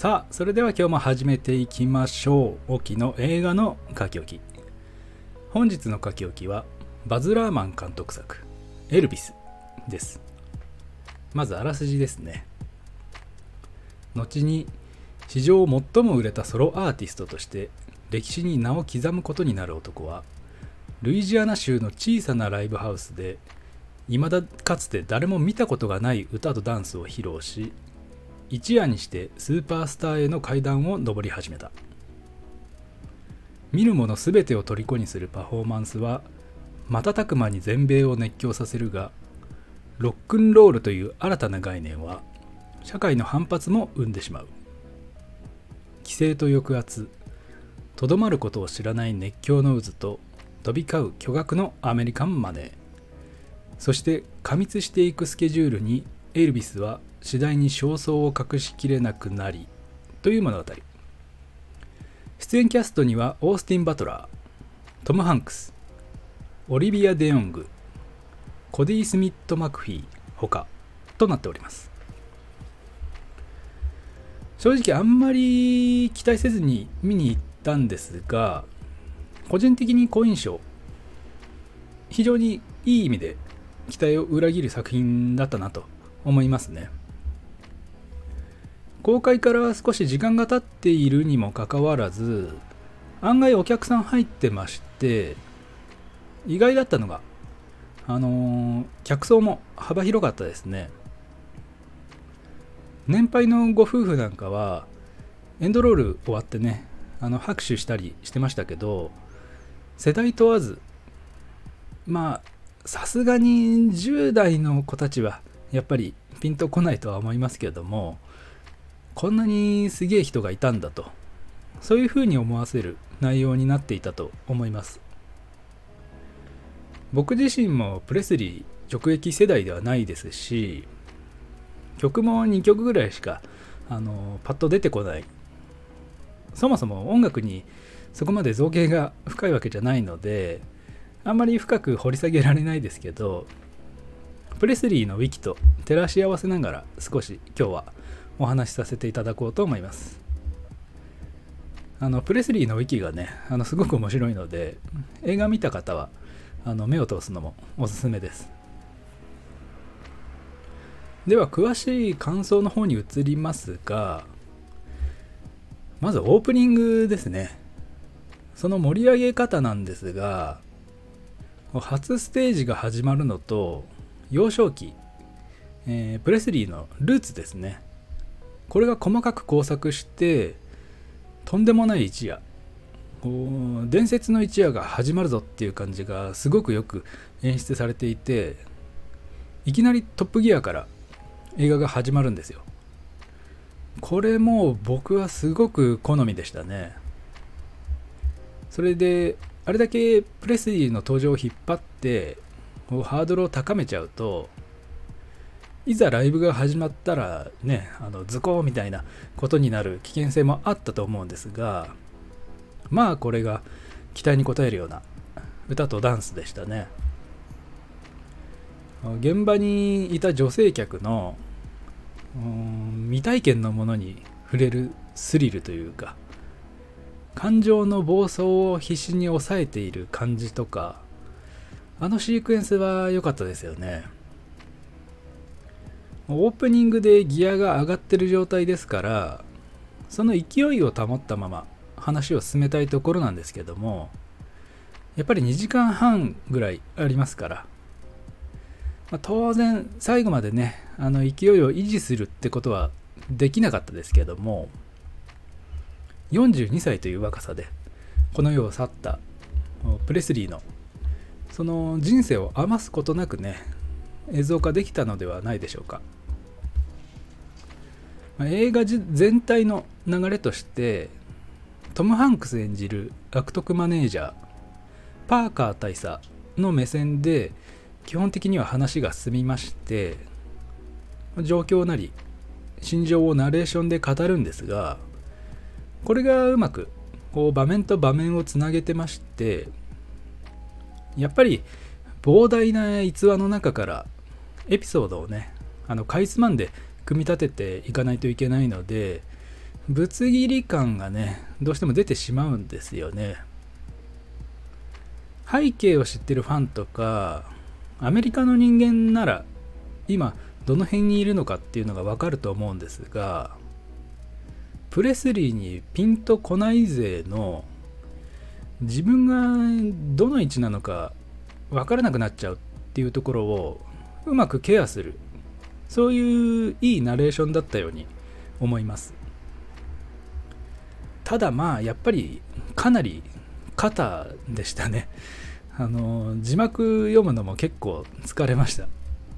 さあ、それでは今日も始めていきましょう。沖の映画の書き置き。本日の書き置きはバズ・ラーマン監督作エルビスです。まずあらすじですね。後に史上最も売れたソロアーティストとして歴史に名を刻むことになる男は、ルイジアナ州の小さなライブハウスで未だかつて誰も見たことがない歌とダンスを披露し、一夜にしてスーパースターへの階段を上り始めた。見る者すべてを虜にするパフォーマンスは瞬く間に全米を熱狂させるが、ロックンロールという新たな概念は社会の反発も生んでしまう。規制と抑圧、とどまることを知らない熱狂の渦と飛び交う巨額のアメリカンマネー、そして過密していくスケジュールにエルビスは次第に焦燥を隠しきれなくなりという物語。出演キャストにはオースティン・バトラー、トム・ハンクス、オリビア・デヨング、コディ・スミット・マクフィー他となっております。正直あんまり期待せずに見に行ったんですが、個人的に好印象、非常にいい意味で期待を裏切る作品だったなと思いますね。公開から少し時間が経っているにもかかわらず、案外お客さん入ってまして、意外だったのが客層も幅広かったですね。年配のご夫婦なんかはエンドロール終わってね、拍手したりしてましたけど、世代問わず、さすがに10代の子たちはやっぱりピンとこないとは思いますけれども、こんなにすげえ人がいたんだと、そういうふうに思わせる内容になっていたと思います。僕自身もプレスリー直撃世代ではないですし、曲も2曲ぐらいしかパッと出てこない。そもそも音楽にそこまで造詣が深いわけじゃないので、あんまり深く掘り下げられないですけど、プレスリーのウィキと照らし合わせながら少し今日はお話しさせていただこうと思います。プレスリーのウィキがね、すごく面白いので、映画見た方は目を通すのもおすすめです。では詳しい感想の方に移りますが、まずオープニングですね。その盛り上げ方なんですが、初ステージが始まるのと幼少期、プレスリーのルーツですね、これが細かく工作して、とんでもない一夜、伝説の一夜が始まるぞっていう感じがすごくよく演出されていて、いきなりトップギアから映画が始まるんですよ。これも僕はすごく好みでしたね。それであれだけプレスリーの登場を引っ張ってハードルを高めちゃうと、いざライブが始まったらね、ズコーみたいなことになる危険性もあったと思うんですが、これが期待に応えるような歌とダンスでしたね。現場にいた女性客の未体験のものに触れるスリルというか、感情の暴走を必死に抑えている感じとか、シークエンスは良かったですよね。オープニングでギアが上がってる状態ですから、その勢いを保ったまま話を進めたいところなんですけども、やっぱり2時間半ぐらいありますから、当然最後までね、勢いを維持するってことはできなかったですけども、42歳という若さでこの世を去ったプレスリーのその人生を余すことなくね、映像化できたのではないでしょうか。映画全体の流れとして、トム・ハンクス演じる悪徳マネージャーパーカー大佐の目線で基本的には話が進みまして、状況なり心情をナレーションで語るんですが、これがうまく場面と場面をつなげてまして、やっぱり膨大な逸話の中からエピソードをね、かいつまんで組み立てていかないといけないので、 ぶつ切り感がねどうしても出てしまうんですよね。背景を知ってるファンとかアメリカの人間なら今どの辺にいるのかっていうのが分かると思うんですが、プレスリーにピンとこない勢の自分がどの位置なのか分からなくなっちゃうっていうところをうまくケアする、そういういいナレーションだったように思います。ただまあやっぱりかなり肩でしたね。字幕読むのも結構疲れました。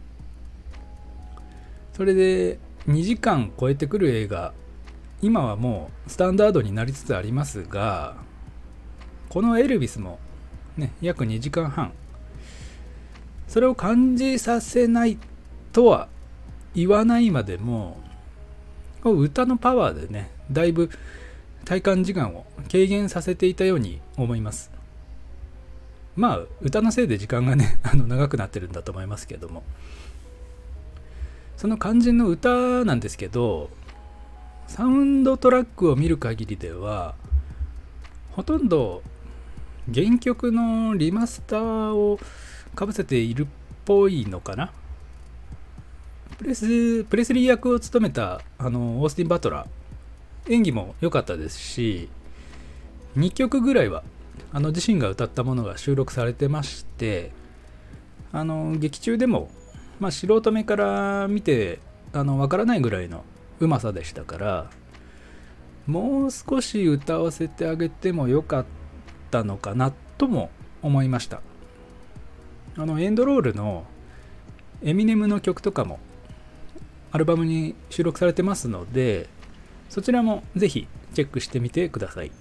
それで2時間超えてくる映画、今はもうスタンダードになりつつありますが、このエルビスもね約2時間半、それを感じさせないとは言わないまでも歌のパワーでねだいぶ体感時間を軽減させていたように思います。まあ歌のせいで時間がね長くなってるんだと思いますけども、その肝心の歌なんですけど、サウンドトラックを見る限りではほとんど原曲のリマスターをかぶせているっぽいのかな。プレスリー役を務めたオースティン・バトラー、演技も良かったですし、2曲ぐらいは自身が歌ったものが収録されてまして、劇中でも、素人目から見てわからないぐらいのうまさでしたから、もう少し歌わせてあげてもよかったのかなとも思いました。エンドロールのエミネムの曲とかもアルバムに収録されてますので、そちらもぜひチェックしてみてください。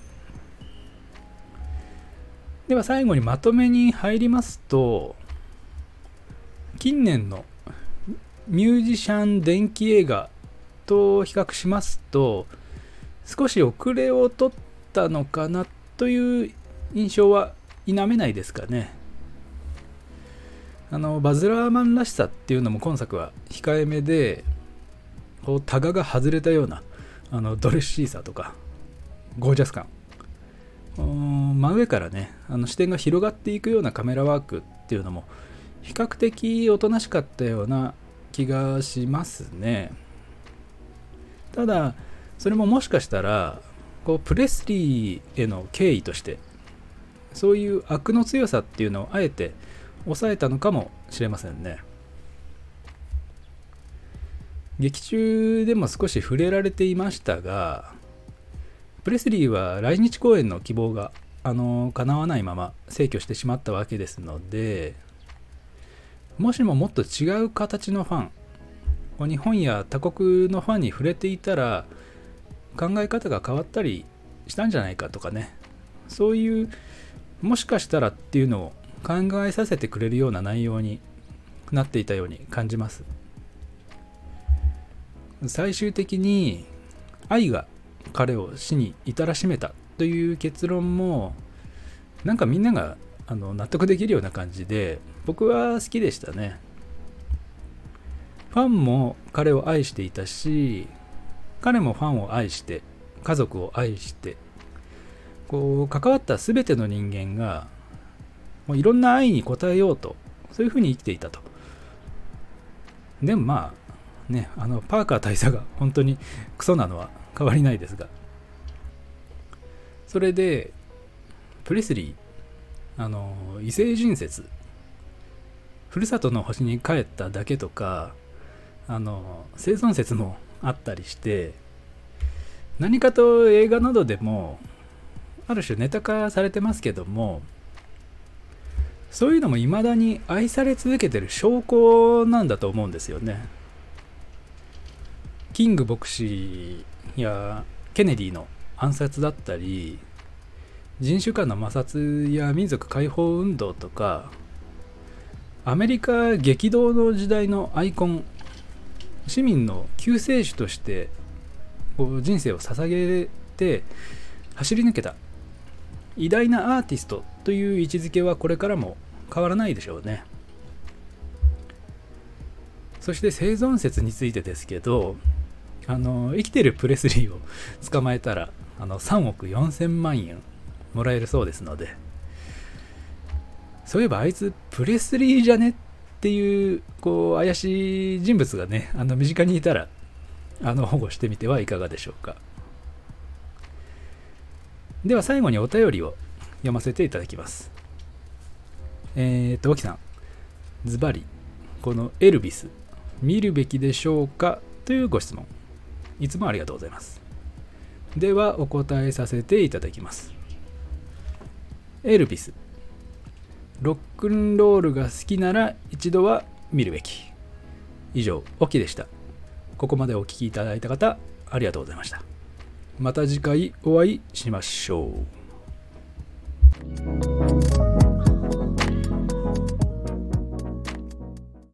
では最後にまとめに入りますと、近年のミュージシャン電気映画と比較しますと少し遅れを取ったのかなという印象は否めないですかね。バズ・ラーマンらしさっていうのも今作は控えめで、こうタガが外れたようなドレッシーさとかゴージャス感、真上からね視点が広がっていくようなカメラワークっていうのも比較的おとなしかったような気がしますね。ただそれももしかしたらプレスリーへの敬意としてそういう悪の強さっていうのをあえて抑えたのかもしれませんね。劇中でも少し触れられていましたが、プレスリーは来日公演の希望が叶わないまま逝去してしまったわけですので、もしももっと違う形のファン、日本や他国のファンに触れていたら考え方が変わったりしたんじゃないかとかね、そういうもしかしたらっていうのを考えさせてくれるような内容になっていたように感じます。最終的に愛が彼を死に至らしめたという結論もなんかみんなが納得できるような感じで僕は好きでしたね。ファンも彼を愛していたし、彼もファンを愛して家族を愛して関わった全ての人間がもういろんな愛に応えようと、そういうふうに生きていたと。でもまあね、パーカー大佐が本当にクソなのは変わりないですが、それでプレスリー異星人説、ふるさとの星に帰っただけとか生存説もあったりして、何かと映画などでもある種ネタ化されてますけども、そういうのも未だに愛され続けてる証拠なんだと思うんですよね。キング牧師やケネディの暗殺だったり、人種間の摩擦や民族解放運動とか、アメリカ激動の時代のアイコン、市民の救世主として人生を捧げて走り抜けた偉大なアーティストという位置づけはこれからも変わらないでしょうね。そして生存説についてですけど、 生きてるプレスリーを捕まえたら3億4000万円もらえるそうですので、そういえばあいつプレスリーじゃねっていう怪しい人物がね身近にいたら保護してみてはいかがでしょうか。では最後にお便りを読ませていただきます。沖さん、ズバリこのエルビス見るべきでしょうかというご質問、いつもありがとうございます。ではお答えさせていただきます。エルビス、ロックンロールが好きなら一度は見るべき。以上、オキでした。ここまでお聞きいただいた方、ありがとうございました。また次回お会いしましょう。